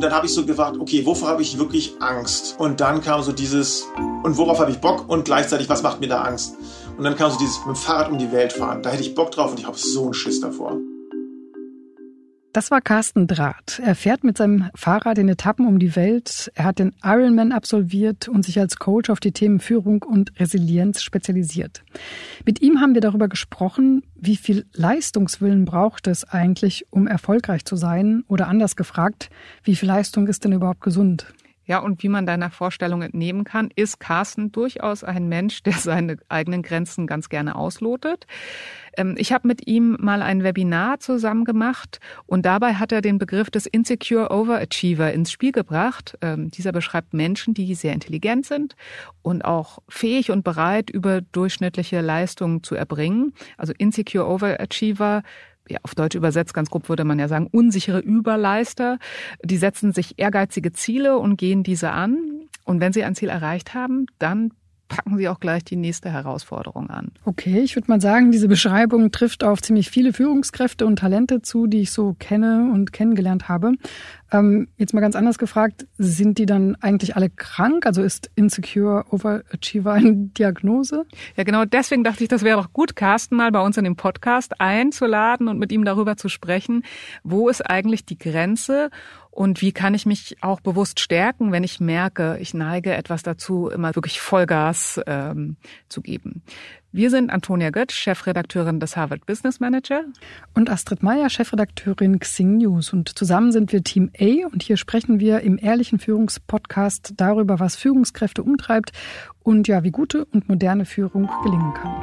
Und dann habe ich so gefragt, okay, wovor habe ich wirklich Angst? Und dann kam so dieses, und worauf habe ich Bock? Und gleichzeitig, was macht mir da Angst? Und dann kam so dieses, mit dem Fahrrad um die Welt fahren. Da hätte ich Bock drauf und ich habe so einen Schiss davor. Das war Carsten Drath. Er fährt mit seinem Fahrrad in Etappen um die Welt. Er hat den Ironman absolviert und sich als Coach auf die Themen Führung und Resilienz spezialisiert. Mit ihm haben wir darüber gesprochen, wie viel Leistungswillen braucht es eigentlich, um erfolgreich zu sein? Oder anders gefragt, wie viel Leistung ist denn überhaupt gesund? Ja, und wie man deiner Vorstellung entnehmen kann, ist Carsten durchaus ein Mensch, der seine eigenen Grenzen ganz gerne auslotet. Ich habe mit ihm mal ein Webinar zusammen gemacht und dabei hat er den Begriff des Insecure Overachiever ins Spiel gebracht. Dieser beschreibt Menschen, die sehr intelligent sind und auch fähig und bereit, überdurchschnittliche Leistungen zu erbringen. Also Insecure Overachiever, ja, auf Deutsch übersetzt, ganz grob würde man ja sagen, unsichere Überleister. Die setzen sich ehrgeizige Ziele und gehen diese an. Und wenn sie ein Ziel erreicht haben, dann packen sie auch gleich die nächste Herausforderung an. Okay, ich würde mal sagen, diese Beschreibung trifft auf ziemlich viele Führungskräfte und Talente zu, die ich so kenne und kennengelernt habe. Jetzt mal ganz anders gefragt, sind die dann eigentlich alle krank? Also ist Insecure Overachiever eine Diagnose? Ja, genau deswegen dachte ich, das wäre doch gut, Carsten mal bei uns in dem Podcast einzuladen und mit ihm darüber zu sprechen, wo ist eigentlich die Grenze und wie kann ich mich auch bewusst stärken, wenn ich merke, ich neige etwas dazu, immer wirklich Vollgas zu geben. Wir sind Antonia Götz, Chefredakteurin des Harvard Business Manager. Und Astrid Meyer, Chefredakteurin Xing News. Und zusammen sind wir Team A und hier sprechen wir im Ehrlichen Führungspodcast darüber, was Führungskräfte umtreibt und ja, wie gute und moderne Führung gelingen kann.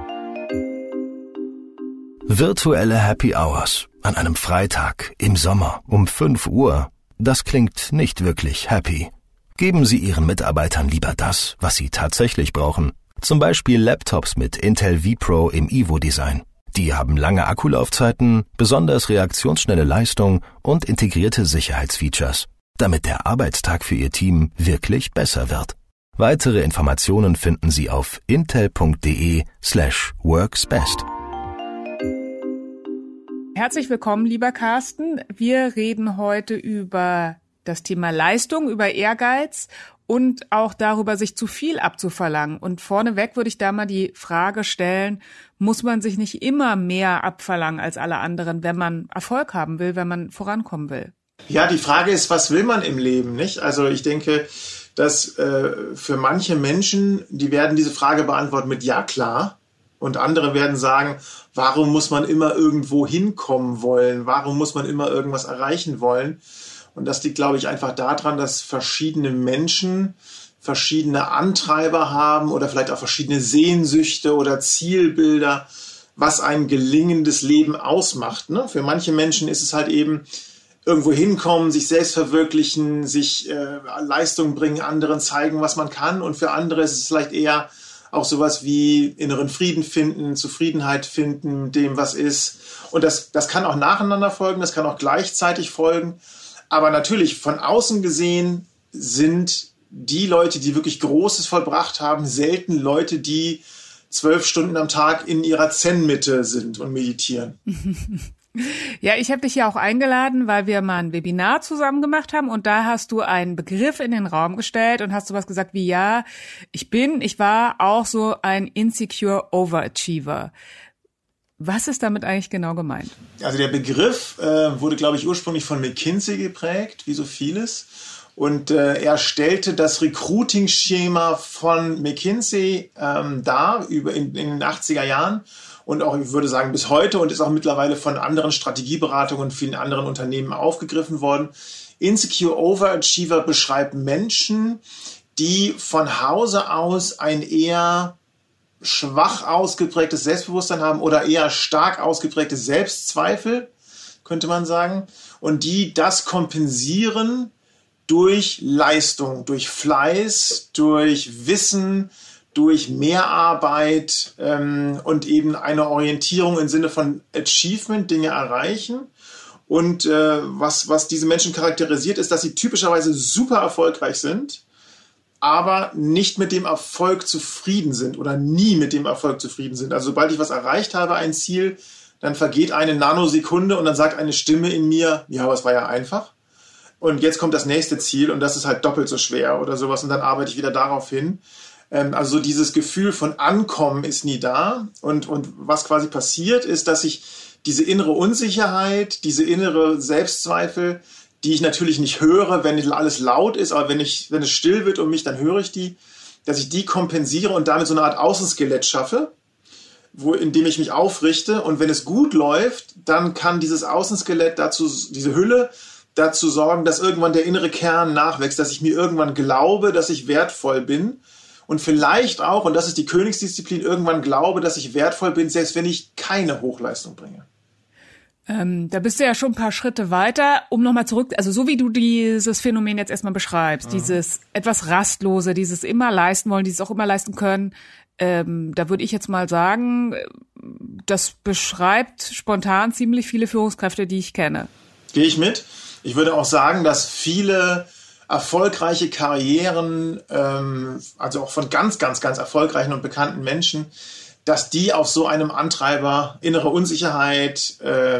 Virtuelle Happy Hours an einem Freitag im Sommer um 5 Uhr. Das klingt nicht wirklich happy. Geben Sie Ihren Mitarbeitern lieber das, was sie tatsächlich brauchen. Zum Beispiel Laptops mit Intel vPro im Evo-Design. Die haben lange Akkulaufzeiten, besonders reaktionsschnelle Leistung und integrierte Sicherheitsfeatures, damit der Arbeitstag für Ihr Team wirklich besser wird. Weitere Informationen finden Sie auf intel.de/worksbest. Herzlich willkommen, lieber Carsten. Wir reden heute über das Thema Leistung, über Ehrgeiz und auch darüber, sich zu viel abzuverlangen. Und vorneweg würde ich da mal die Frage stellen, muss man sich nicht immer mehr abverlangen als alle anderen, wenn man Erfolg haben will, wenn man vorankommen will? Ja, die Frage ist, was will man im Leben, nicht? Also ich denke, dass für manche Menschen, die werden diese Frage beantworten mit ja, klar. Und andere werden sagen, warum muss man immer irgendwo hinkommen wollen? Warum muss man immer irgendwas erreichen wollen? Und das liegt, glaube ich, einfach daran, dass verschiedene Menschen verschiedene Antreiber haben oder vielleicht auch verschiedene Sehnsüchte oder Zielbilder, was ein gelingendes Leben ausmacht. Ne? Für manche Menschen ist es halt eben irgendwo hinkommen, sich selbst verwirklichen, sich Leistung bringen, anderen zeigen, was man kann. Und für andere ist es vielleicht eher auch sowas wie inneren Frieden finden, Zufriedenheit finden mit dem, was ist. Und das kann auch nacheinander folgen, das kann auch gleichzeitig folgen. Aber natürlich von außen gesehen sind die Leute, die wirklich Großes vollbracht haben, selten Leute, die 12 Stunden am Tag in ihrer Zen-Mitte sind und meditieren. Ja, ich habe dich ja auch eingeladen, weil wir mal ein Webinar zusammen gemacht haben und da hast du einen Begriff in den Raum gestellt und hast sowas gesagt wie, ja, ich war auch so ein Insecure Overachiever. Was ist damit eigentlich genau gemeint? Also der Begriff wurde, glaube ich, ursprünglich von McKinsey geprägt, wie so vieles. Und er stellte das Recruiting-Schema von McKinsey dar in den 80er Jahren. Und auch, ich würde sagen, bis heute und ist auch mittlerweile von anderen Strategieberatungen und vielen anderen Unternehmen aufgegriffen worden. Insecure Overachiever beschreibt Menschen, die von Hause aus ein eher schwach ausgeprägtes Selbstbewusstsein haben oder eher stark ausgeprägte Selbstzweifel, könnte man sagen. Und die das kompensieren durch Leistung, durch Fleiß, durch Wissen, durch Mehrarbeit und eben eine Orientierung im Sinne von Achievement, Dinge erreichen. Und was diese Menschen charakterisiert, ist, dass sie typischerweise super erfolgreich sind, aber nicht mit dem Erfolg zufrieden sind oder nie mit dem Erfolg zufrieden sind. Also sobald ich was erreicht habe, ein Ziel, dann vergeht eine Nanosekunde und dann sagt eine Stimme in mir, ja, aber es war ja einfach. und jetzt kommt das nächste Ziel und das ist halt doppelt so schwer oder sowas und dann arbeite ich wieder darauf hin. Also dieses Gefühl von Ankommen ist nie da und was quasi passiert ist, dass ich diese innere Unsicherheit, diese innere Selbstzweifel, die ich natürlich nicht höre, wenn alles laut ist, aber wenn es still wird um mich, dann höre ich die, dass ich die kompensiere und damit so eine Art Außenskelett schaffe, indem ich mich aufrichte und wenn es gut läuft, dann kann dieses Außenskelett diese Hülle dazu sorgen, dass irgendwann der innere Kern nachwächst, dass ich mir irgendwann glaube, dass ich wertvoll bin und vielleicht auch, und das ist die Königsdisziplin, irgendwann glaube, dass ich wertvoll bin, selbst wenn ich keine Hochleistung bringe. Da bist du ja schon ein paar Schritte weiter, um nochmal zurück, also so wie du dieses Phänomen jetzt erstmal beschreibst, dieses etwas Rastlose, dieses immer leisten wollen, dieses auch immer leisten können, da würde ich jetzt mal sagen, das beschreibt spontan ziemlich viele Führungskräfte, die ich kenne. Gehe ich mit. Ich würde auch sagen, dass viele erfolgreiche Karrieren, also auch von ganz, ganz, ganz erfolgreichen und bekannten Menschen, dass die auf so einem Antreiber innere Unsicherheit,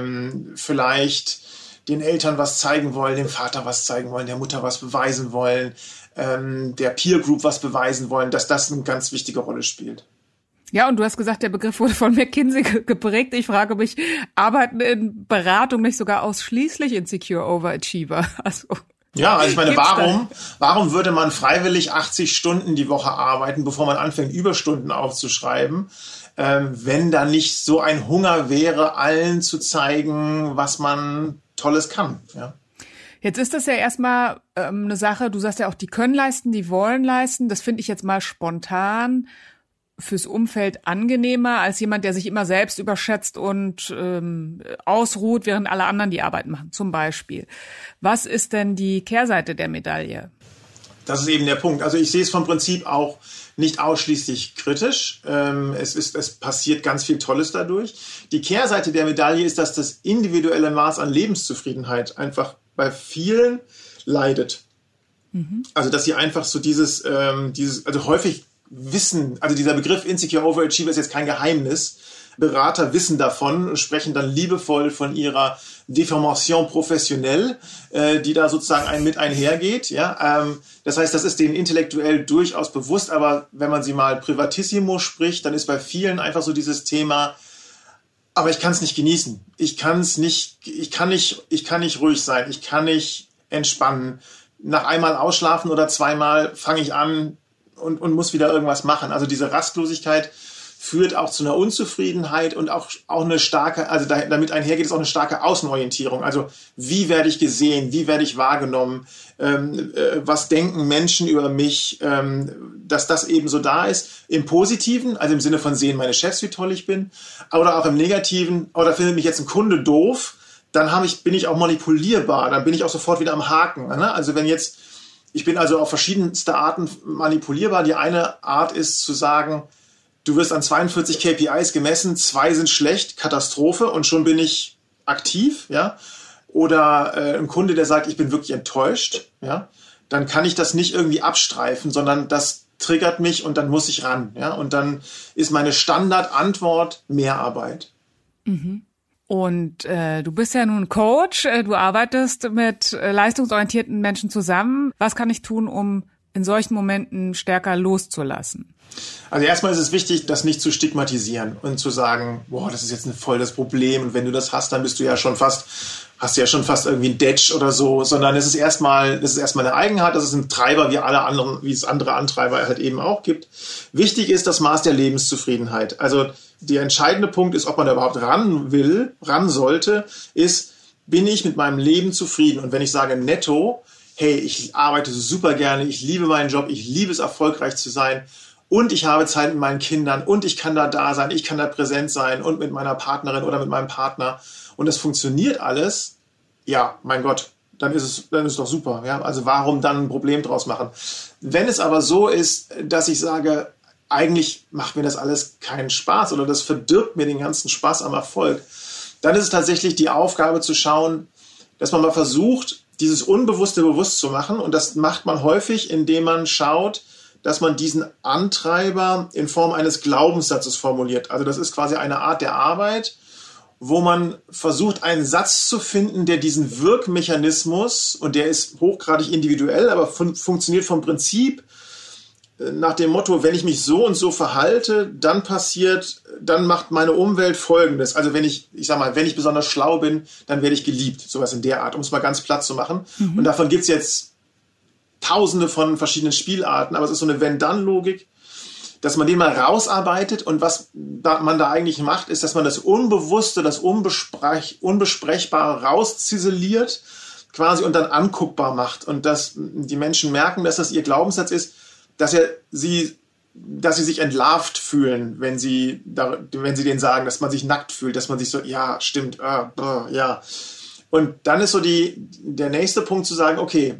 vielleicht den Eltern was zeigen wollen, dem Vater was zeigen wollen, der Mutter was beweisen wollen, der Peer Group was beweisen wollen, dass das eine ganz wichtige Rolle spielt. Ja, und du hast gesagt, der Begriff wurde von McKinsey geprägt. Ich frage mich, arbeiten in Beratung nicht sogar ausschließlich Insecure Overachiever? Also ja, also ich meine, warum würde man freiwillig 80 Stunden die Woche arbeiten, bevor man anfängt, Überstunden aufzuschreiben, wenn da nicht so ein Hunger wäre, allen zu zeigen, was man Tolles kann, ja? Jetzt ist das ja erstmal eine Sache, du sagst ja auch, die können leisten, die wollen leisten. Das finde ich jetzt mal spontan fürs Umfeld angenehmer als jemand, der sich immer selbst überschätzt und ausruht, während alle anderen die Arbeit machen, zum Beispiel. Was ist denn die Kehrseite der Medaille? Das ist eben der Punkt. Also ich sehe es vom Prinzip auch nicht ausschließlich kritisch. Es passiert ganz viel Tolles dadurch. Die Kehrseite der Medaille ist, dass das individuelle Maß an Lebenszufriedenheit einfach bei vielen leidet. Mhm. Also dass sie einfach so also häufig wissen, also dieser Begriff Insecure Overachiever ist jetzt kein Geheimnis. Berater wissen davon und sprechen dann liebevoll von ihrer Deformation professionnelle, die da sozusagen mit einhergeht. Ja? Das heißt, das ist denen intellektuell durchaus bewusst, aber wenn man sie mal privatissimo spricht, dann ist bei vielen einfach so dieses Thema, aber ich kann es nicht genießen. Ich kann nicht ruhig sein. Ich kann nicht entspannen. Nach einmal ausschlafen oder zweimal fange ich an und muss wieder irgendwas machen. Also diese Rastlosigkeit führt auch zu einer Unzufriedenheit und auch eine starke, also damit einhergeht es auch eine starke Außenorientierung. Also wie werde ich gesehen, wie werde ich wahrgenommen, was denken Menschen über mich, dass das eben so da ist. Im Positiven, also im Sinne von sehen meine Chefs, wie toll ich bin, oder auch im Negativen, oder findet mich jetzt ein Kunde doof, dann bin ich auch manipulierbar, dann bin ich auch sofort wieder am Haken. Ne? Also ich bin also auf verschiedenste Arten manipulierbar. Die eine Art ist zu sagen, du wirst an 42 KPIs gemessen, 2 sind schlecht, Katastrophe und schon bin ich aktiv, ja. Oder ein Kunde, der sagt, ich bin wirklich enttäuscht, ja, dann kann ich das nicht irgendwie abstreifen, sondern das triggert mich und dann muss ich ran, ja. Und dann ist meine Standardantwort Mehrarbeit. Mhm. Und du bist ja nun Coach, du arbeitest mit leistungsorientierten Menschen zusammen. Was kann ich tun, um in solchen Momenten stärker loszulassen? Also erstmal ist es wichtig, das nicht zu stigmatisieren und zu sagen, boah, das ist jetzt voll das Problem und wenn du das hast, dann hast du ja schon fast irgendwie ein Detsch oder so, sondern das ist erstmal eine Eigenheit, das ist ein Treiber wie es andere Antreiber halt eben auch gibt. Wichtig ist das Maß der Lebenszufriedenheit. Also der entscheidende Punkt ist, ob man da überhaupt ran sollte, ist, bin ich mit meinem Leben zufrieden? Und wenn ich sage netto, hey, ich arbeite super gerne, ich liebe meinen Job, ich liebe es, erfolgreich zu sein und ich habe Zeit mit meinen Kindern und ich kann da sein, ich kann da präsent sein und mit meiner Partnerin oder mit meinem Partner und das funktioniert alles, ja, mein Gott, dann ist es doch super. Ja? Also warum dann ein Problem draus machen? Wenn es aber so ist, dass ich sage, eigentlich macht mir das alles keinen Spaß oder das verdirbt mir den ganzen Spaß am Erfolg, dann ist es tatsächlich die Aufgabe zu schauen, dass man mal versucht, dieses Unbewusste bewusst zu machen. Und das macht man häufig, indem man schaut, dass man diesen Antreiber in Form eines Glaubenssatzes formuliert. Also das ist quasi eine Art der Arbeit, wo man versucht, einen Satz zu finden, der diesen Wirkmechanismus, und der ist hochgradig individuell, aber funktioniert vom Prinzip nach dem Motto, wenn ich mich so und so verhalte, dann macht meine Umwelt Folgendes. Also wenn ich besonders schlau bin, dann werde ich geliebt. Sowas in der Art, um es mal ganz platt zu machen. Mhm. Und davon gibt es jetzt Tausende von verschiedenen Spielarten, aber es ist so eine Wenn-Dann-Logik, dass man den mal rausarbeitet, und was man da eigentlich macht, ist, dass man das Unbewusste, das Unbesprechbare rausziseliert quasi und dann anguckbar macht, und dass die Menschen merken, dass das ihr Glaubenssatz ist, dass sie sich entlarvt fühlen, wenn sie denen sagen, dass man sich nackt fühlt, dass man sich so, ja, stimmt, ja. Und dann ist so der nächste Punkt zu sagen, okay,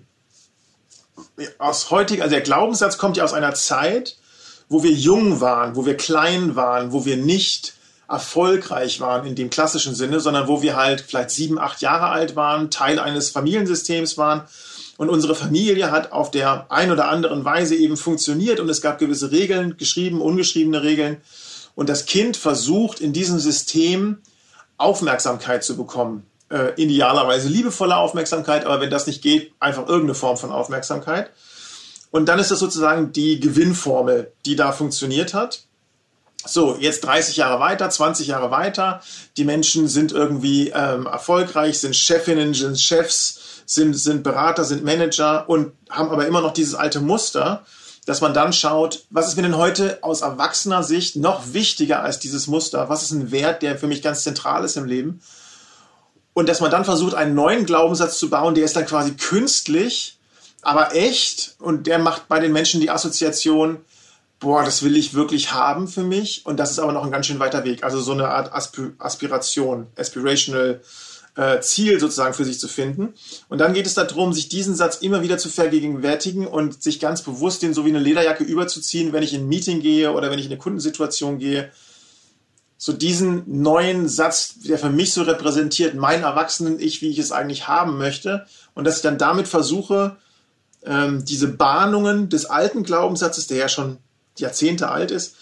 also der Glaubenssatz kommt ja aus einer Zeit, wo wir jung waren, wo wir klein waren, wo wir nicht erfolgreich waren in dem klassischen Sinne, sondern wo wir halt vielleicht 7, 8 Jahre alt waren, Teil eines Familiensystems waren, und unsere Familie hat auf der ein oder anderen Weise eben funktioniert, und es gab gewisse Regeln, geschrieben, ungeschriebene Regeln, und das Kind versucht in diesem System Aufmerksamkeit zu bekommen. Idealerweise liebevolle Aufmerksamkeit, aber wenn das nicht geht, einfach irgendeine Form von Aufmerksamkeit. Und dann ist das sozusagen die Gewinnformel, die da funktioniert hat. So, jetzt 30 Jahre weiter, 20 Jahre weiter. Die Menschen sind irgendwie erfolgreich, sind Chefinnen, sind Chefs, sind Berater, sind Manager und haben aber immer noch dieses alte Muster, dass man dann schaut, was ist mir denn heute aus erwachsener Sicht noch wichtiger als dieses Muster? Was ist ein Wert, der für mich ganz zentral ist im Leben? Und dass man dann versucht, einen neuen Glaubenssatz zu bauen, der ist dann quasi künstlich, aber echt, und der macht bei den Menschen die Assoziation, boah, das will ich wirklich haben für mich, und das ist aber noch ein ganz schön weiter Weg. Also so eine Art aspirational Ziel sozusagen für sich zu finden. Und dann geht es darum, sich diesen Satz immer wieder zu vergegenwärtigen und sich ganz bewusst den so wie eine Lederjacke überzuziehen, wenn ich in ein Meeting gehe oder wenn ich in eine Kundensituation gehe. So diesen neuen Satz, der für mich so repräsentiert, mein Erwachsenen-Ich, wie ich es eigentlich haben möchte, und dass ich dann damit versuche, diese Bahnungen des alten Glaubenssatzes, der ja schon Jahrzehnte alt ist,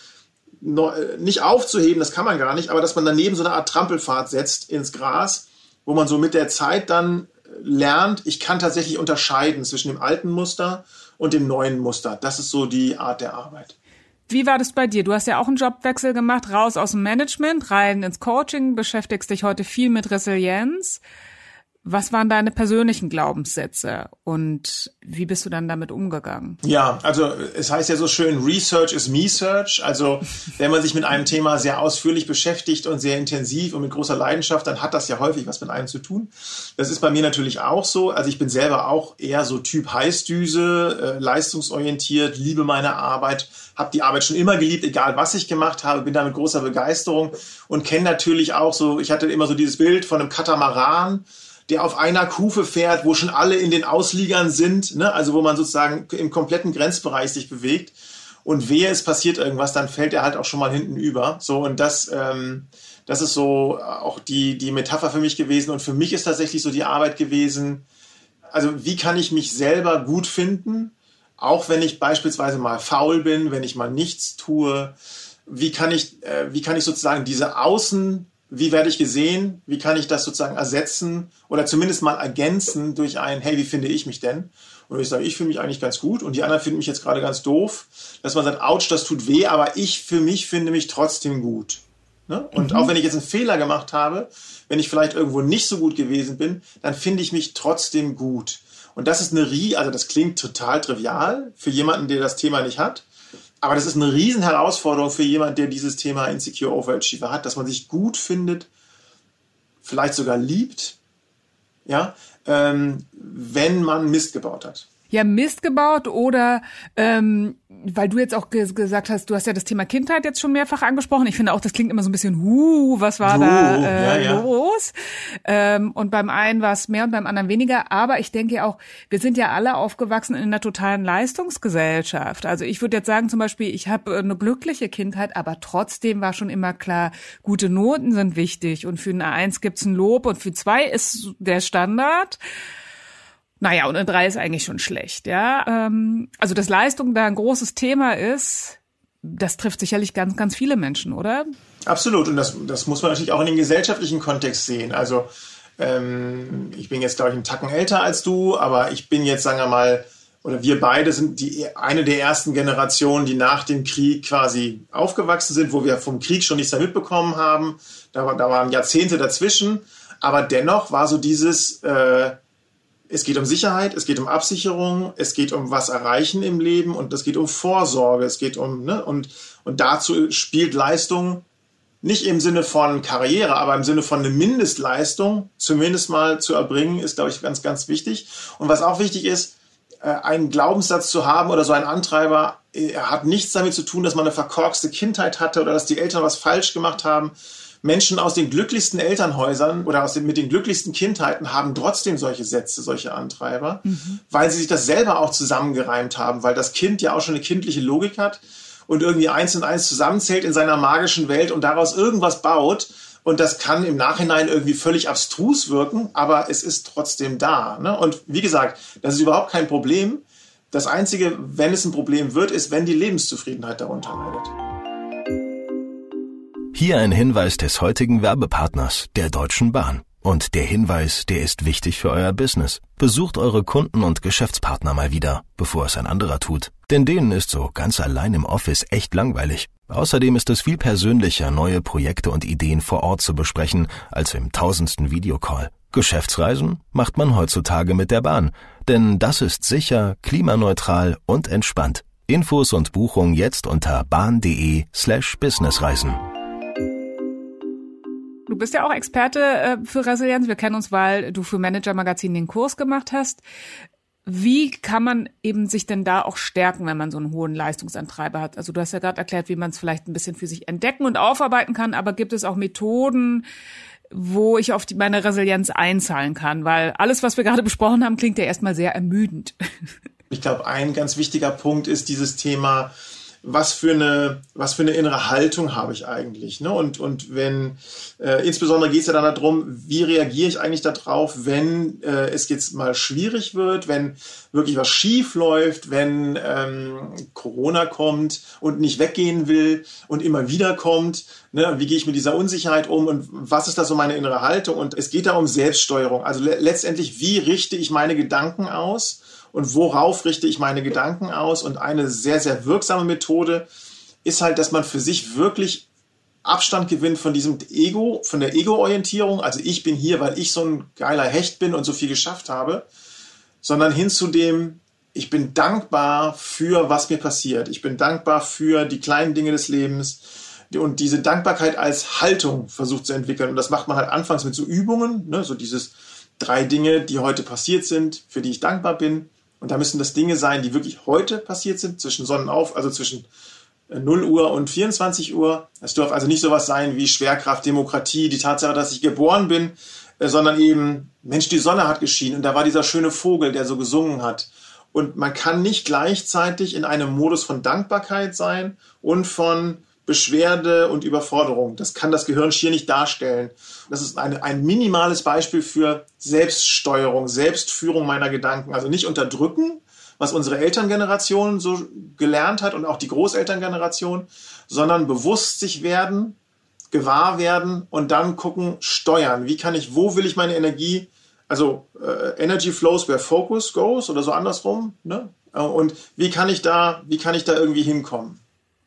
nicht aufzuheben, das kann man gar nicht, aber dass man daneben so eine Art Trampelpfad setzt ins Gras, wo man so mit der Zeit dann lernt, ich kann tatsächlich unterscheiden zwischen dem alten Muster und dem neuen Muster. Das ist so die Art der Arbeit. Wie war das bei dir? Du hast ja auch einen Jobwechsel gemacht, raus aus dem Management, rein ins Coaching, beschäftigst dich heute viel mit Resilienz. Was waren deine persönlichen Glaubenssätze und wie bist du dann damit umgegangen? Ja, also es heißt ja so schön, Research is Me-Search. Also wenn man sich mit einem Thema sehr ausführlich beschäftigt und sehr intensiv und mit großer Leidenschaft, dann hat das ja häufig was mit einem zu tun. Das ist bei mir natürlich auch so. Also ich bin selber auch eher so Typ Heißdüse, leistungsorientiert, liebe meine Arbeit, habe die Arbeit schon immer geliebt, egal was ich gemacht habe, bin da mit großer Begeisterung und kenne natürlich auch so, ich hatte immer so dieses Bild von einem Katamaran, der auf einer Kufe fährt, wo schon alle in den Ausliegern sind, ne? Also wo man sozusagen im kompletten Grenzbereich sich bewegt. Und wehe, es passiert irgendwas, dann fällt er halt auch schon mal hinten über. So, und das ist so auch die Metapher für mich gewesen. Und für mich ist tatsächlich so die Arbeit gewesen, also wie kann ich mich selber gut finden, auch wenn ich beispielsweise mal faul bin, wenn ich mal nichts tue. Wie kann ich sozusagen diese wie werde ich gesehen? Wie kann ich das sozusagen ersetzen oder zumindest mal ergänzen durch ein, hey, wie finde ich mich denn? Und ich sage, ich fühle mich eigentlich ganz gut und die anderen finden mich jetzt gerade ganz doof. Dass man sagt, ouch, das tut weh, aber ich für mich finde mich trotzdem gut. Ne? Und auch wenn ich jetzt einen Fehler gemacht habe, wenn ich vielleicht irgendwo nicht so gut gewesen bin, dann finde ich mich trotzdem gut. Und das ist also das klingt total trivial für jemanden, der das Thema nicht hat. Aber das ist eine riesen Herausforderung für jemanden, der dieses Thema Insecure Overachiever hat, dass man sich gut findet, vielleicht sogar liebt, ja, wenn man Mist gebaut hat. Ja, Mist gebaut oder, weil du jetzt auch gesagt hast, du hast ja das Thema Kindheit jetzt schon mehrfach angesprochen. Ich finde auch, das klingt immer so ein bisschen, was war los? Und beim einen war es mehr und beim anderen weniger. Aber ich denke auch, wir sind ja alle aufgewachsen in einer totalen Leistungsgesellschaft. Also ich würde jetzt sagen zum Beispiel, ich habe eine glückliche Kindheit, aber trotzdem war schon immer klar, gute Noten sind wichtig. Und für eine 1 gibt's ein Lob und für 2 ist der Standard. Naja, und eine 3 ist eigentlich schon schlecht, ja. Also, dass Leistung da ein großes Thema ist, das trifft sicherlich ganz, ganz viele Menschen, oder? Absolut. Und das muss man natürlich auch in den gesellschaftlichen Kontext sehen. Also ich bin jetzt, glaube ich, einen Tacken älter als du, aber ich bin jetzt, sagen wir mal, oder wir beide sind eine der ersten Generationen, die nach dem Krieg quasi aufgewachsen sind, wo wir vom Krieg schon nichts mehr mitbekommen haben. Da waren Jahrzehnte dazwischen. Aber dennoch war so dieses, es geht um Sicherheit, es geht um Absicherung, es geht um was erreichen im Leben und es geht um Vorsorge, es geht um, ne, und dazu spielt Leistung nicht im Sinne von Karriere, aber im Sinne von eine Mindestleistung zumindest mal zu erbringen, ist, glaube ich, ganz, ganz wichtig. Und was auch wichtig ist, einen Glaubenssatz zu haben oder so ein Antreiber, hat nichts damit zu tun, dass man eine verkorkste Kindheit hatte oder dass die Eltern was falsch gemacht haben. Menschen aus den glücklichsten Elternhäusern oder mit den glücklichsten Kindheiten haben trotzdem solche Sätze, solche Antreiber, weil sie sich das selber auch zusammengereimt haben, weil das Kind ja auch schon eine kindliche Logik hat und irgendwie 1 und 1 zusammenzählt in seiner magischen Welt und daraus irgendwas baut. Und das kann im Nachhinein irgendwie völlig abstrus wirken, aber es ist trotzdem da. Ne? Und wie gesagt, das ist überhaupt kein Problem. Das Einzige, wenn es ein Problem wird, ist, wenn die Lebenszufriedenheit darunter leidet. Hier ein Hinweis des heutigen Werbepartners, der Deutschen Bahn. Und der Hinweis, der ist wichtig für euer Business. Besucht eure Kunden und Geschäftspartner mal wieder, bevor es ein anderer tut. Denn denen ist so ganz allein im Office echt langweilig. Außerdem ist es viel persönlicher, neue Projekte und Ideen vor Ort zu besprechen, als im 1000. Videocall. Geschäftsreisen macht man heutzutage mit der Bahn. Denn das ist sicher, klimaneutral und entspannt. Infos und Buchung jetzt unter bahn.de/businessreisen. Du bist ja auch Experte für Resilienz. Wir kennen uns, weil du für Manager Magazin den Kurs gemacht hast. Wie kann man eben sich denn da auch stärken, wenn man so einen hohen Leistungsantreiber hat? Also du hast ja gerade erklärt, wie man es vielleicht ein bisschen für sich entdecken und aufarbeiten kann, aber gibt es auch Methoden, wo ich auf meine Resilienz einzahlen kann? Weil alles, was wir gerade besprochen haben, klingt ja erstmal sehr ermüdend. Ich glaube, ein ganz wichtiger Punkt ist dieses Thema, was für eine innere Haltung habe ich eigentlich, ne? Und wenn, insbesondere geht es ja dann darum, wie reagiere ich eigentlich darauf, wenn es jetzt mal schwierig wird, wenn wirklich was schief läuft, wenn Corona kommt und nicht weggehen will und immer wieder kommt, ne? Wie gehe ich mit dieser Unsicherheit um und was ist da so meine innere Haltung? Und es geht da um Selbststeuerung, also letztendlich, wie richte ich meine Gedanken aus? Und worauf richte ich meine Gedanken aus? Und eine sehr, sehr wirksame Methode ist halt, dass man für sich wirklich Abstand gewinnt von diesem Ego, von der Ego-Orientierung. Also ich bin hier, weil ich so ein geiler Hecht bin und so viel geschafft habe, sondern hin zu dem, ich bin dankbar für, was mir passiert. Ich bin dankbar für die kleinen Dinge des Lebens und diese Dankbarkeit als Haltung versucht zu entwickeln. Und das macht man halt anfangs mit so Übungen, ne? So dieses 3 Dinge, die heute passiert sind, für die ich dankbar bin. Und da müssen das Dinge sein, die wirklich heute passiert sind, zwischen Sonnenauf, also zwischen 0 Uhr und 24 Uhr. Es darf also nicht sowas sein wie Schwerkraft, Demokratie, die Tatsache, dass ich geboren bin, sondern eben, Mensch, die Sonne hat geschienen und da war dieser schöne Vogel, der so gesungen hat. Und man kann nicht gleichzeitig in einem Modus von Dankbarkeit sein und von Beschwerde und Überforderung. Das kann das Gehirn schier nicht darstellen. Das ist ein minimales Beispiel für Selbststeuerung, Selbstführung meiner Gedanken. Also nicht unterdrücken, was unsere Elterngeneration so gelernt hat und auch die Großelterngeneration, sondern bewusst sich werden, gewahr werden und dann gucken, steuern. Wo will ich meine Energie, also Energy flows where focus goes oder so andersrum, ne? Und wie kann ich da irgendwie hinkommen?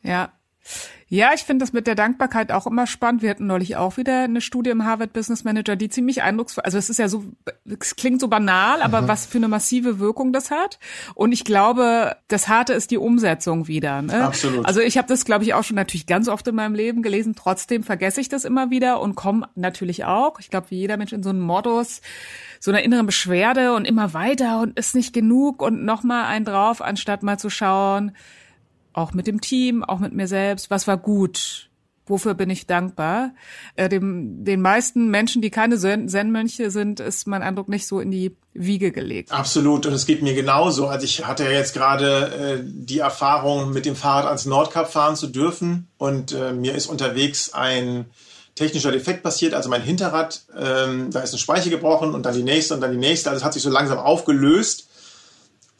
Ja, ich finde das mit der Dankbarkeit auch immer spannend. Wir hatten neulich auch wieder eine Studie im Harvard Business Manager, die ziemlich eindrucksvoll, also es ist ja so, es klingt so banal, aber was für eine massive Wirkung das hat. Und ich glaube, das Harte ist die Umsetzung wieder. Ne? Absolut. Also ich habe das, glaube ich, auch schon natürlich ganz oft in meinem Leben gelesen. Trotzdem vergesse ich das immer wieder und komme natürlich auch, ich glaube, wie jeder Mensch in so einen Modus, so einer inneren Beschwerde und immer weiter und ist nicht genug und nochmal einen drauf, anstatt mal zu schauen, auch mit dem Team, auch mit mir selbst, was war gut, wofür bin ich dankbar. Den meisten Menschen, die keine Zen-Mönche sind, ist mein Eindruck nicht so in die Wiege gelegt. Absolut, und es geht mir genauso. Also ich hatte ja jetzt gerade die Erfahrung, mit dem Fahrrad ans Nordkap fahren zu dürfen und mir ist unterwegs ein technischer Defekt passiert, also mein Hinterrad, da ist eine Speiche gebrochen und dann die nächste und dann die nächste, also es hat sich so langsam aufgelöst.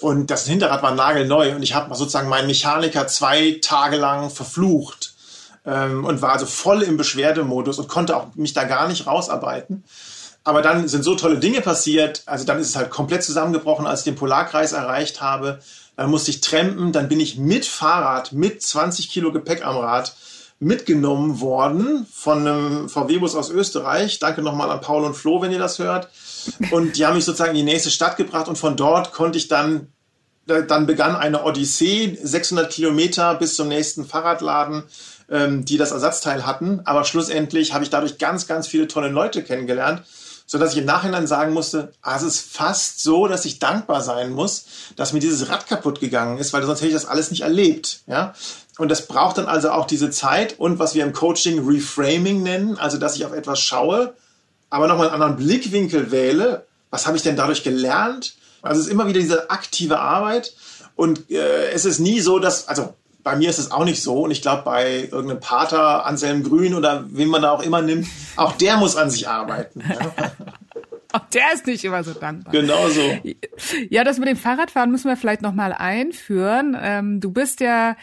Und das Hinterrad war nagelneu und ich habe sozusagen meinen Mechaniker 2 Tage lang verflucht und war also voll im Beschwerdemodus und konnte auch mich da gar nicht rausarbeiten. Aber dann sind so tolle Dinge passiert, also dann ist es halt komplett zusammengebrochen, als ich den Polarkreis erreicht habe. Dann musste ich trampen, dann bin ich mit Fahrrad, mit 20 Kilo Gepäck am Rad mitgenommen worden von einem VW-Bus aus Österreich. Danke nochmal an Paul und Flo, wenn ihr das hört. Und die haben mich sozusagen in die nächste Stadt gebracht und von dort konnte ich dann begann eine Odyssee, 600 Kilometer bis zum nächsten Fahrradladen, die das Ersatzteil hatten. Aber schlussendlich habe ich dadurch ganz, ganz viele tolle Leute kennengelernt, sodass ich im Nachhinein sagen musste, es ist fast so, dass ich dankbar sein muss, dass mir dieses Rad kaputt gegangen ist, weil sonst hätte ich das alles nicht erlebt. Ja? Und das braucht dann also auch diese Zeit und was wir im Coaching Reframing nennen, also dass ich auf etwas schaue, aber nochmal einen anderen Blickwinkel wähle. Was habe ich denn dadurch gelernt? Also es ist immer wieder diese aktive Arbeit und es ist nie so, dass, also bei mir ist es auch nicht so und ich glaube bei irgendeinem Pater, Anselm Grün oder wen man da auch immer nimmt, auch der muss an sich arbeiten. Ja. Auch der ist nicht immer so dankbar. Genau so. Ja, das mit dem Fahrradfahren müssen wir vielleicht nochmal einführen. Du bist ja,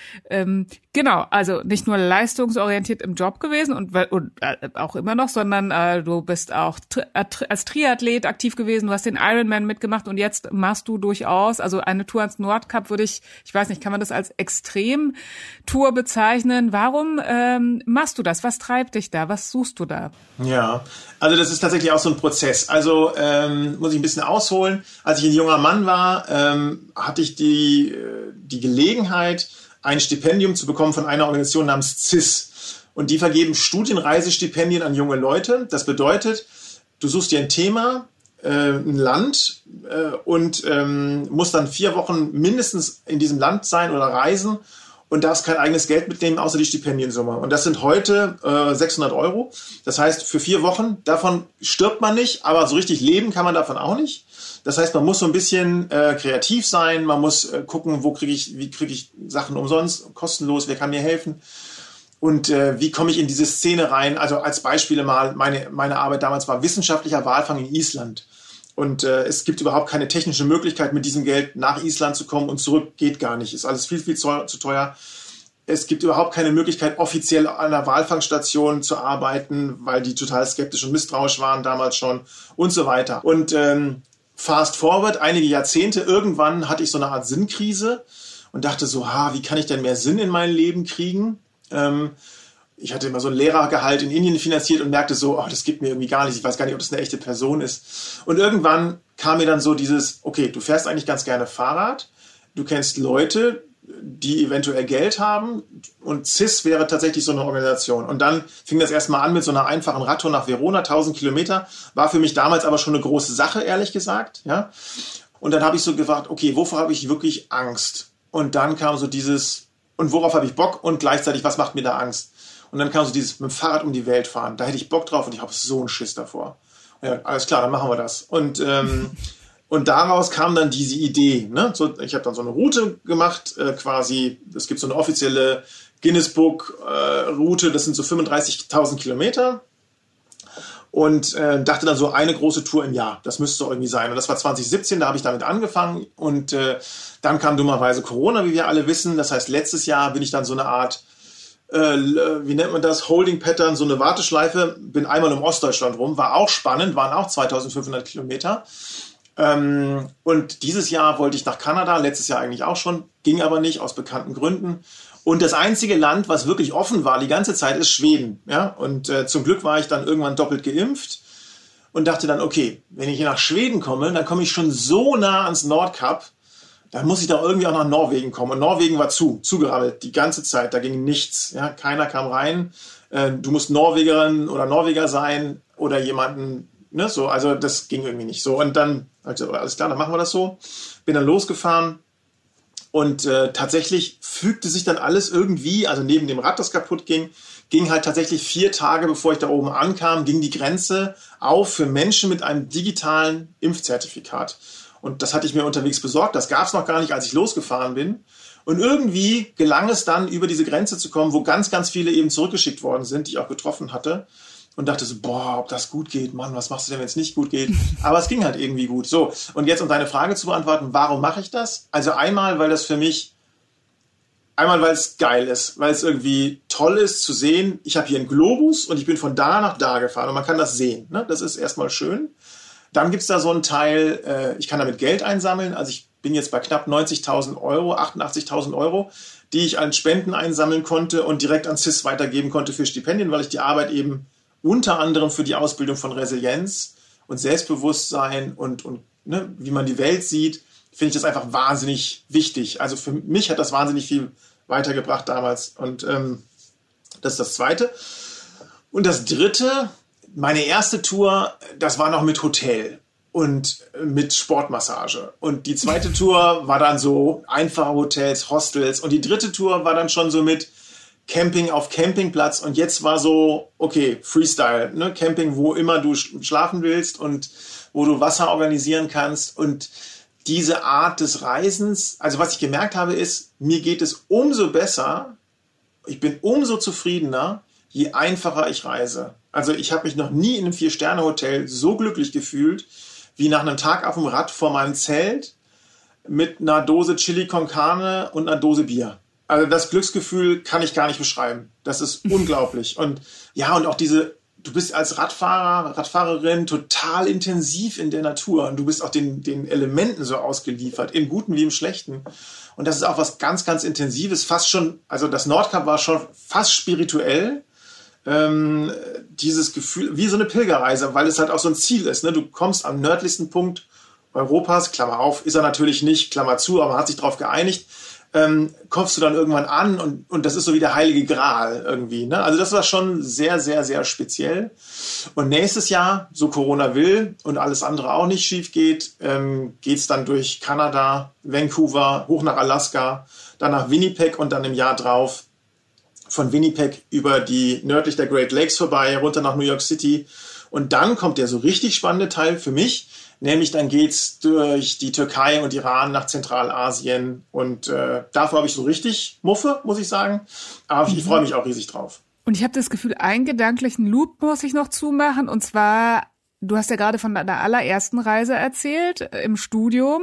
also nicht nur leistungsorientiert im Job gewesen und auch immer noch, sondern du bist auch als Triathlet aktiv gewesen. Du hast den Ironman mitgemacht und jetzt machst du durchaus, also eine Tour ans Nordkap ich weiß nicht, kann man das als Extremtour bezeichnen? Warum machst du das? Was treibt dich da? Was suchst du da? Ja, also das ist tatsächlich auch so ein Prozess. Also muss ich ein bisschen ausholen. Als ich ein junger Mann war, hatte ich die Gelegenheit, ein Stipendium zu bekommen von einer Organisation namens CIS. Und die vergeben Studienreisestipendien an junge Leute. Das bedeutet, du suchst dir ein Thema, ein Land und musst dann 4 Wochen mindestens in diesem Land sein oder reisen und darfst kein eigenes Geld mitnehmen, außer die Stipendiensumme. Und das sind heute 600 €. Das heißt, für 4 Wochen, davon stirbt man nicht, aber so richtig leben kann man davon auch nicht. Das heißt, man muss so ein bisschen kreativ sein, man muss gucken, wie kriege ich Sachen umsonst, kostenlos, wer kann mir helfen und wie komme ich in diese Szene rein. Also als Beispiele mal, meine Arbeit damals war wissenschaftlicher Walfang in Island. Und es gibt überhaupt keine technische Möglichkeit, mit diesem Geld nach Island zu kommen und zurück geht gar nicht. Ist alles viel, viel zu teuer. Es gibt überhaupt keine Möglichkeit, offiziell an einer Walfangstation zu arbeiten, weil die total skeptisch und misstrauisch waren damals schon und so weiter. Und fast forward, einige Jahrzehnte, irgendwann hatte ich so eine Art Sinnkrise und dachte so, wie kann ich denn mehr Sinn in mein Leben kriegen? Ich hatte immer so ein Lehrergehalt in Indien finanziert und merkte so, das gibt mir irgendwie gar nichts. Ich weiß gar nicht, ob das eine echte Person ist. Und irgendwann kam mir dann so dieses, okay, du fährst eigentlich ganz gerne Fahrrad. Du kennst Leute, die eventuell Geld haben. Und CIS wäre tatsächlich so eine Organisation. Und dann fing das erstmal an mit so einer einfachen Radtour nach Verona, 1000 Kilometer. War für mich damals aber schon eine große Sache, ehrlich gesagt. Ja. Und dann habe ich so gefragt, okay, wovor habe ich wirklich Angst? Und dann kam so dieses, und worauf habe ich Bock? Und gleichzeitig, was macht mir da Angst? Und dann kam so dieses mit dem Fahrrad um die Welt fahren. Da hätte ich Bock drauf und ich habe so einen Schiss davor. Ja, alles klar, dann machen wir das. Und daraus kam dann diese Idee. Ne? Ich habe dann so eine Route gemacht, quasi. Es gibt so eine offizielle Guinness-Book-Route, das sind so 35.000 Kilometer. Und dachte dann so, eine große Tour im Jahr. Das müsste irgendwie sein. Und das war 2017, da habe ich damit angefangen. Und dann kam dummerweise Corona, wie wir alle wissen. Das heißt, letztes Jahr bin ich dann so eine Art wie nennt man das, Holding Pattern, so eine Warteschleife, bin einmal um Ostdeutschland rum, war auch spannend, waren auch 2500 Kilometer. Und dieses Jahr wollte ich nach Kanada, letztes Jahr eigentlich auch schon, ging aber nicht, aus bekannten Gründen. Und das einzige Land, was wirklich offen war die ganze Zeit, ist Schweden. Ja? Und zum Glück war ich dann irgendwann doppelt geimpft und dachte dann, okay, wenn ich hier nach Schweden komme, dann komme ich schon so nah ans Nordkap, dann muss ich da irgendwie auch nach Norwegen kommen. Und Norwegen war zugerammelt, die ganze Zeit. Da ging nichts. Ja? Keiner kam rein. Du musst Norwegerin oder Norweger sein oder jemanden, ne, so. Also das ging irgendwie nicht so. Und dann, also alles klar, dann machen wir das so. Bin dann losgefahren. Und tatsächlich fügte sich dann alles irgendwie, also neben dem Rad, das kaputt ging halt tatsächlich 4 Tage, bevor ich da oben ankam, ging die Grenze auf für Menschen mit einem digitalen Impfzertifikat. Und das hatte ich mir unterwegs besorgt. Das gab es noch gar nicht, als ich losgefahren bin. Und irgendwie gelang es dann, über diese Grenze zu kommen, wo ganz, ganz viele eben zurückgeschickt worden sind, die ich auch getroffen hatte. und dachte so, boah, ob das gut geht, Mann, was machst du denn, wenn es nicht gut geht? Aber es ging halt irgendwie gut. So, und jetzt, um deine Frage zu beantworten, warum mache ich das? Also einmal, weil es geil ist, weil es irgendwie toll ist zu sehen, ich habe hier einen Globus und ich bin von da nach da gefahren und man kann das sehen. Ne? Das ist erstmal schön. Dann gibt's da so einen Teil, ich kann damit Geld einsammeln. Also ich bin jetzt bei knapp 90.000 Euro, 88.000 Euro, die ich an Spenden einsammeln konnte und direkt an CIS weitergeben konnte für Stipendien, weil ich die Arbeit eben unter anderem für die Ausbildung von Resilienz und Selbstbewusstsein und ne, wie man die Welt sieht, finde ich das einfach wahnsinnig wichtig. Also für mich hat das wahnsinnig viel weitergebracht damals. Und das ist das Zweite. Und das Dritte, meine erste Tour, das war noch mit Hotel und mit Sportmassage. Und die zweite Tour war dann so einfache Hotels, Hostels. Und die dritte Tour war dann schon so mit Camping auf Campingplatz. Und jetzt war so, okay, Freestyle, ne? Camping, wo immer du schlafen willst und wo du Wasser organisieren kannst. Und diese Art des Reisens, also was ich gemerkt habe, ist, mir geht es umso besser, ich bin umso zufriedener, je einfacher ich reise. Also ich habe mich noch nie in einem 4-Sterne-Hotel so glücklich gefühlt, wie nach einem Tag auf dem Rad vor meinem Zelt mit einer Dose Chili con Carne und einer Dose Bier. Also das Glücksgefühl kann ich gar nicht beschreiben. Das ist unglaublich. Und ja, und auch du bist als Radfahrer, Radfahrerin total intensiv in der Natur und du bist auch den Elementen so ausgeliefert, im Guten wie im Schlechten. Und das ist auch was ganz, ganz Intensives, fast schon, also das Nordkap war schon fast spirituell, dieses Gefühl, wie so eine Pilgerreise, weil es halt auch so ein Ziel ist. Ne? Du kommst am nördlichsten Punkt Europas, Klammer auf, ist er natürlich nicht, Klammer zu, aber man hat sich darauf geeinigt, kommst du dann irgendwann an und das ist so wie der heilige Gral irgendwie. Ne? Also das war schon sehr, sehr, sehr speziell. Und nächstes Jahr, so Corona will und alles andere auch nicht schief geht, geht's dann durch Kanada, Vancouver, hoch nach Alaska, dann nach Winnipeg und dann im Jahr drauf von Winnipeg über die nördlich der Great Lakes vorbei, runter nach New York City. Und dann kommt der so richtig spannende Teil für mich, nämlich dann geht's durch die Türkei und Iran nach Zentralasien. Und davor habe ich so richtig Muffe, muss ich sagen. Aber ich freue mich auch riesig drauf. Und ich habe das Gefühl, einen gedanklichen Loop muss ich noch zumachen. Und zwar, du hast ja gerade von deiner allerersten Reise erzählt im Studium.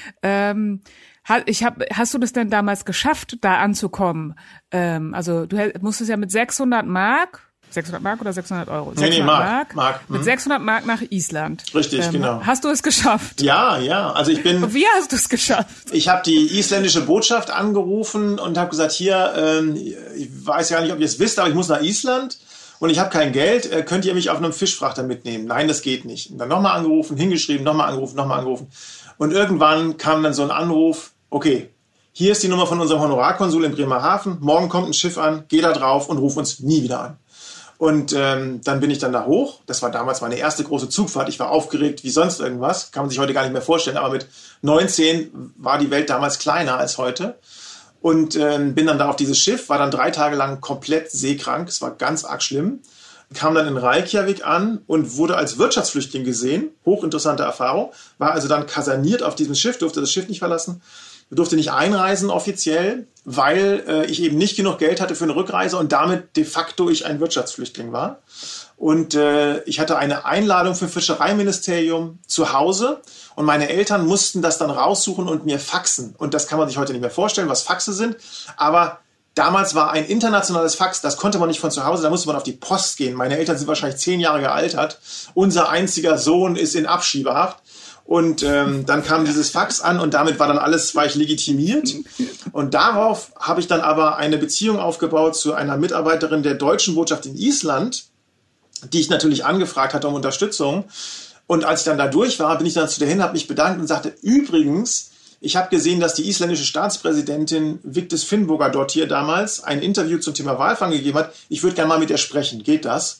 Hast du das denn damals geschafft, da anzukommen? Also du musstest ja mit 600 Mark oder 600 Euro? 600 Mark. Mit 600 Mark nach Island. Richtig, genau. Hast du es geschafft? Ja. Also Wie hast du es geschafft? Ich habe die isländische Botschaft angerufen und habe gesagt, hier, ich weiß ja nicht, ob ihr es wisst, aber ich muss nach Island und ich habe kein Geld. Könnt ihr mich auf einem Fischfrachter mitnehmen? Nein, das geht nicht. Und dann nochmal angerufen, hingeschrieben, nochmal angerufen. Und irgendwann kam dann so ein Anruf, okay, hier ist die Nummer von unserem Honorarkonsul in Bremerhaven. Morgen kommt ein Schiff an, geh da drauf und ruf uns nie wieder an. Und dann bin ich dann da hoch. Das war damals meine erste große Zugfahrt. Ich war aufgeregt wie sonst irgendwas. Kann man sich heute gar nicht mehr vorstellen. Aber mit 19 war die Welt damals kleiner als heute. Und bin dann da auf dieses Schiff, war dann 3 Tage lang komplett seekrank. Es war ganz arg schlimm. Kam dann in Reykjavik an und wurde als Wirtschaftsflüchtling gesehen. Hochinteressante Erfahrung. War also dann kaserniert auf diesem Schiff, durfte das Schiff nicht verlassen. Durfte nicht einreisen offiziell, weil ich eben nicht genug Geld hatte für eine Rückreise und damit de facto ich ein Wirtschaftsflüchtling war. Und ich hatte eine Einladung für Fischereiministerium zu Hause und meine Eltern mussten das dann raussuchen und mir faxen. Und das kann man sich heute nicht mehr vorstellen, was Faxe sind. Aber damals war ein internationales Fax, das konnte man nicht von zu Hause, da musste man auf die Post gehen. Meine Eltern sind wahrscheinlich 10 Jahre gealtert. Unser einziger Sohn ist in Abschiebehaft. Und dann kam dieses Fax an und damit war ich legitimiert. Und darauf habe ich dann aber eine Beziehung aufgebaut zu einer Mitarbeiterin der deutschen Botschaft in Island, die ich natürlich angefragt hatte um Unterstützung. Und als ich dann da durch war, bin ich dann zu der hin, habe mich bedankt und sagte, übrigens, ich habe gesehen, dass die isländische Staatspräsidentin Vigdis Finnboga dort hier damals ein Interview zum Thema Walfang gegeben hat. Ich würde gerne mal mit ihr sprechen. Geht das?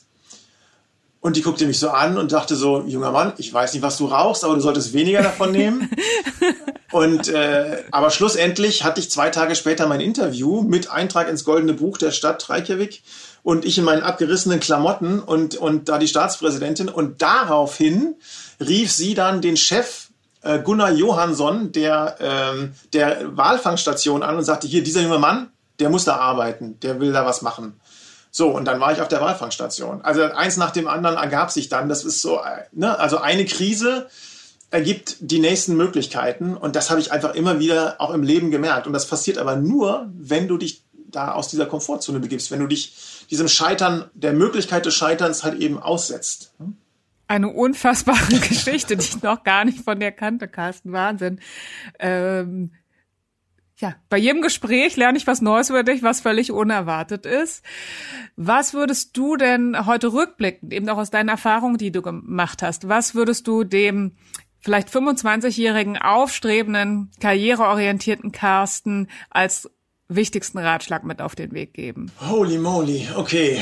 Und die guckte mich so an und dachte so, junger Mann, ich weiß nicht, was du rauchst, aber du solltest weniger davon nehmen. Und aber schlussendlich hatte ich 2 Tage später mein Interview mit Eintrag ins Goldene Buch der Stadt Reykjavik und ich in meinen abgerissenen Klamotten und da die Staatspräsidentin. Und daraufhin rief sie dann den Chef Gunnar Johansson der Walfangstation an und sagte, hier, dieser junge Mann, der muss da arbeiten, der will da was machen. So, und dann war ich auf der Walfangstation. Also eins nach dem anderen ergab sich dann. Das ist so, ne? Also eine Krise ergibt die nächsten Möglichkeiten. Und das habe ich einfach immer wieder auch im Leben gemerkt. Und das passiert aber nur, wenn du dich da aus dieser Komfortzone begibst, wenn du dich diesem Scheitern, der Möglichkeit des Scheiterns halt eben aussetzt. Eine unfassbare Geschichte, die ich noch gar nicht von dir kannte, Carsten. Wahnsinn. Ja, bei jedem Gespräch lerne ich was Neues über dich, was völlig unerwartet ist. Was würdest du denn heute rückblickend, eben auch aus deinen Erfahrungen, die du gemacht hast, was würdest du dem vielleicht 25-jährigen, aufstrebenden, karriereorientierten Carsten als wichtigsten Ratschlag mit auf den Weg geben? Holy moly, okay.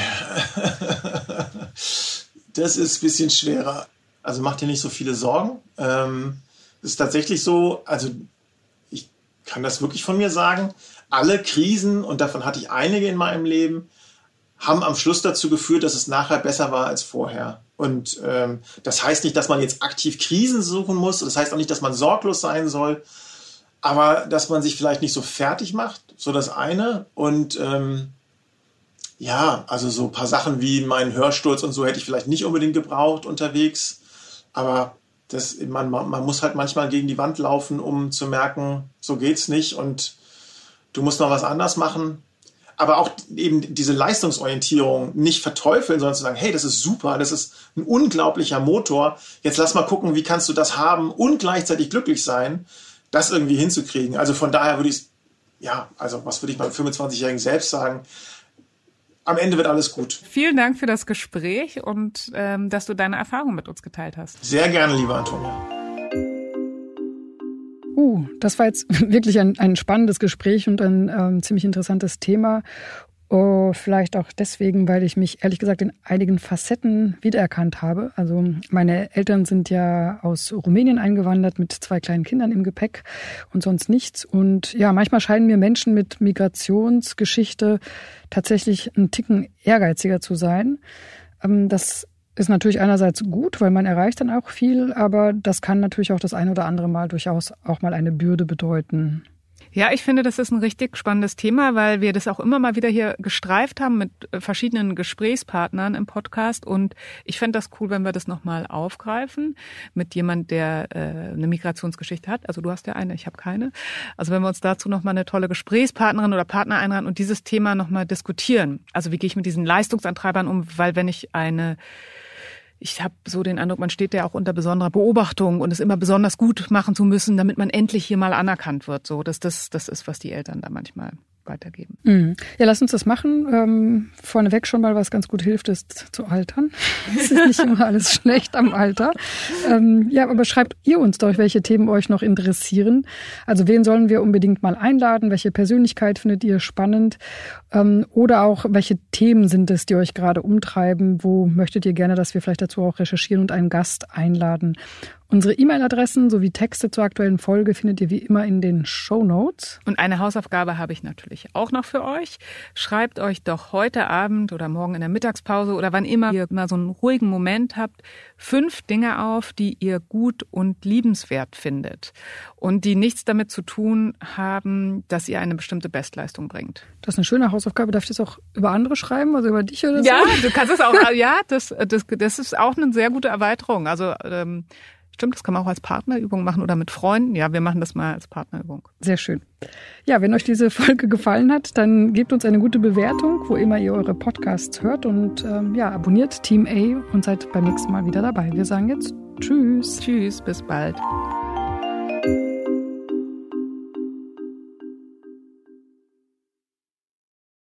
Das ist ein bisschen schwerer. Also mach dir nicht so viele Sorgen. Es ist tatsächlich so, also ich kann das wirklich von mir sagen, alle Krisen, und davon hatte ich einige in meinem Leben, haben am Schluss dazu geführt, dass es nachher besser war als vorher. Und das heißt nicht, dass man jetzt aktiv Krisen suchen muss. Das heißt auch nicht, dass man sorglos sein soll. Aber dass man sich vielleicht nicht so fertig macht, so das eine. Und ja, also so ein paar Sachen wie meinen Hörsturz und so hätte ich vielleicht nicht unbedingt gebraucht unterwegs. Aber man muss halt manchmal gegen die Wand laufen, um zu merken, so geht's nicht und du musst noch was anders machen. Aber auch eben diese Leistungsorientierung nicht verteufeln, sondern zu sagen, hey, das ist super, das ist ein unglaublicher Motor. Jetzt lass mal gucken, wie kannst du das haben und gleichzeitig glücklich sein, das irgendwie hinzukriegen. Also von daher würde ich, ja, also was würde ich meinem 25-Jährigen selbst sagen? Am Ende wird alles gut. Vielen Dank für das Gespräch und dass du deine Erfahrungen mit uns geteilt hast. Sehr gerne, liebe Antonia. Das war jetzt wirklich ein spannendes Gespräch und ein ziemlich interessantes Thema. Vielleicht auch deswegen, weil ich mich ehrlich gesagt in einigen Facetten wiedererkannt habe. Also meine Eltern sind ja aus Rumänien eingewandert mit 2 kleinen Kindern im Gepäck und sonst nichts. Und ja, manchmal scheinen mir Menschen mit Migrationsgeschichte tatsächlich einen Ticken ehrgeiziger zu sein. Das ist natürlich einerseits gut, weil man erreicht dann auch viel, aber das kann natürlich auch das eine oder andere Mal durchaus auch mal eine Bürde bedeuten. Ja, ich finde, das ist ein richtig spannendes Thema, weil wir das auch immer mal wieder hier gestreift haben mit verschiedenen Gesprächspartnern im Podcast. Und ich fände das cool, wenn wir das nochmal aufgreifen mit jemand, der eine Migrationsgeschichte hat. Also du hast ja eine, ich habe keine. Also wenn wir uns dazu nochmal eine tolle Gesprächspartnerin oder Partner einladen und dieses Thema nochmal diskutieren. Also wie gehe ich mit diesen Leistungsantreibern um? Weil wenn ich habe so den Eindruck, man steht ja auch unter besonderer Beobachtung und es immer besonders gut machen zu müssen, damit man endlich hier mal anerkannt wird. So, das ist, was die Eltern da manchmal weitergeben. Mhm. Ja, lass uns das machen. Vorneweg schon mal, was ganz gut hilft, ist zu altern. Es ist nicht immer alles schlecht am Alter. Ja, aber schreibt ihr uns doch, welche Themen euch noch interessieren. Also wen sollen wir unbedingt mal einladen? Welche Persönlichkeit findet ihr spannend? Oder auch, welche Themen sind es, die euch gerade umtreiben? Wo möchtet ihr gerne, dass wir vielleicht dazu auch recherchieren und einen Gast einladen? Unsere E-Mail-Adressen sowie Texte zur aktuellen Folge findet ihr wie immer in den Shownotes. Und eine Hausaufgabe habe ich natürlich auch noch für euch. Schreibt euch doch heute Abend oder morgen in der Mittagspause oder wann immer ihr mal so einen ruhigen Moment habt, 5 Dinge auf, die ihr gut und liebenswert findet und die nichts damit zu tun haben, dass ihr eine bestimmte Bestleistung bringt. Das ist eine schöne Hausaufgabe. Darf ich das auch über andere schreiben, also über dich oder so? Ja, du kannst es auch. Ja, das ist auch eine sehr gute Erweiterung. Also stimmt, das kann man auch als Partnerübung machen oder mit Freunden. Ja, wir machen das mal als Partnerübung. Sehr schön. Ja, wenn euch diese Folge gefallen hat, dann gebt uns eine gute Bewertung, wo immer ihr eure Podcasts hört und abonniert Team A und seid beim nächsten Mal wieder dabei. Wir sagen jetzt Tschüss. Tschüss, bis bald.